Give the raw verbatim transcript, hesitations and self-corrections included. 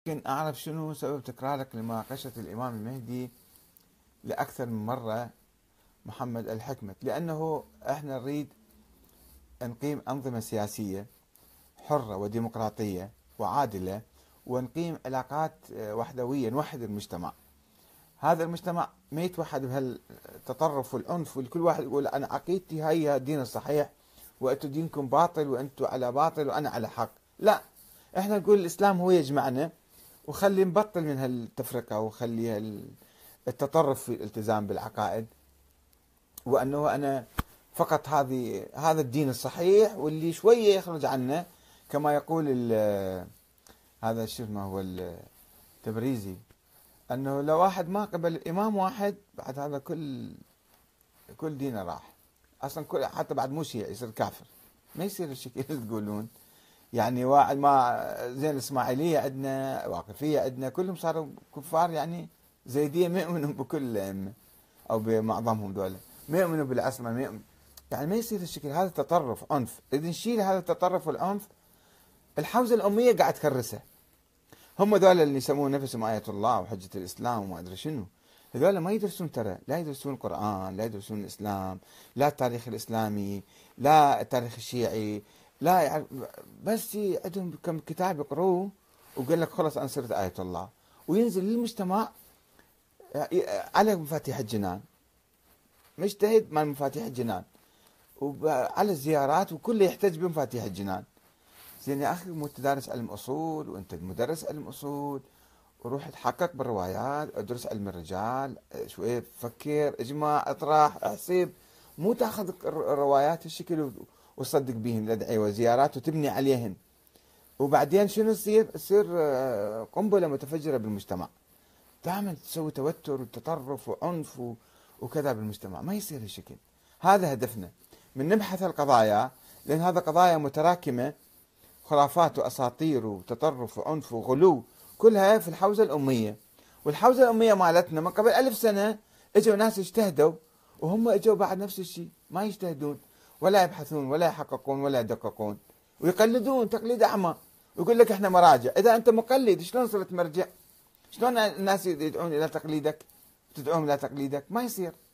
ممكن أعرف شنو سبب تكرارك لمناقشة الإمام المهدي لأكثر من مرة محمد الحكمت؟ لأنه إحنا نريد نقيم أنظمة سياسية حرة وديمقراطية وعادلة، ونقيم علاقات وحدوية، نوحد المجتمع. هذا المجتمع ما يتوحد بهالتطرف والعنف، والكل واحد يقول أنا عقيدتي هي الدين الصحيح وأنتم دينكم باطل وأنتم على باطل وأنا على حق. لا، إحنا نقول الإسلام هو يجمعنا، وخلي نبطل من هالتفرقة وخلي التطرف في الالتزام بالعقائد، وأنه أنا فقط هذه هذا الدين الصحيح، واللي شوية يخرج عنه كما يقول هذا الشيخ ما هو التبريزي، أنه لو واحد ما قبل إمام واحد بعد هذا كل كل دينه راح أصلا، كل حتى بعد مو شيعي يصير كافر. ما يصير الشكل اللي تقولون. يعني واحد ما زين الإسماعيلية عندنا، واقفية عندنا، كلهم صاروا كفار. يعني زيدية ما يؤمنوا بكل الأئمة أو بمعظمهم، دولة ما يؤمنوا بالعصمة، ما يؤمن. يعني ما يصير الشكل هذا تطرف عنف. إذا نشيل هذا التطرف والعنف، الحوزة الأمية قاعد تكرسها. هم ذولا اللي يسمون نفسهم آية الله وحجة الإسلام وما أدري شنو، هذول ما يدرسون، ترى لا يدرسون القرآن، لا يدرسون الإسلام، لا التاريخ الإسلامي، لا التاريخ الشيعي، لا يعرف. بس عندهم كم كتاب يقروه وقال لك خلص أنا صرت آية الله، وينزل للمجتمع على مفاتيح الجنان، مجتهد مع مفاتيح الجنان وعلى الزيارات، وكله يحتج بمفاتيح الجنان. زين يا أخي، مو تدرس علم أصول وأنت مدرس علم أصول، وروح تحقق بالروايات، ادرس علم الرجال شوية، فكر، اجمع، اطرح، احسب. مو تاخذ الروايات الشكل وتصدق بهم الادعية والزيارات وتبني عليهن، وبعدين شنو يصير؟ يصير قنبلة متفجرة بالمجتمع، دائما تسوي توتر وتطرف وعنف وكذا بالمجتمع. ما يصير هالشكل. هذا هدفنا من نبحث القضايا، لأن هذا قضايا متراكمة، خرافات وأساطير وتطرف وعنف وغلو، كلها في الحوزة الأمية. والحوزة الأمية مالتنا من قبل ألف سنة اجوا ناس اجتهدوا، وهم اجوا بعد نفس الشيء، ما يجتهدون ولا يبحثون ولا يحققون ولا يدققون، ويقلدون تقليد أعمى، ويقول لك احنا مراجع. إذا أنت مقلد شلون صرت مرجع؟ شلون الناس يدعون إلى تقليدك، تدعوهم إلى تقليدك؟ ما يصير.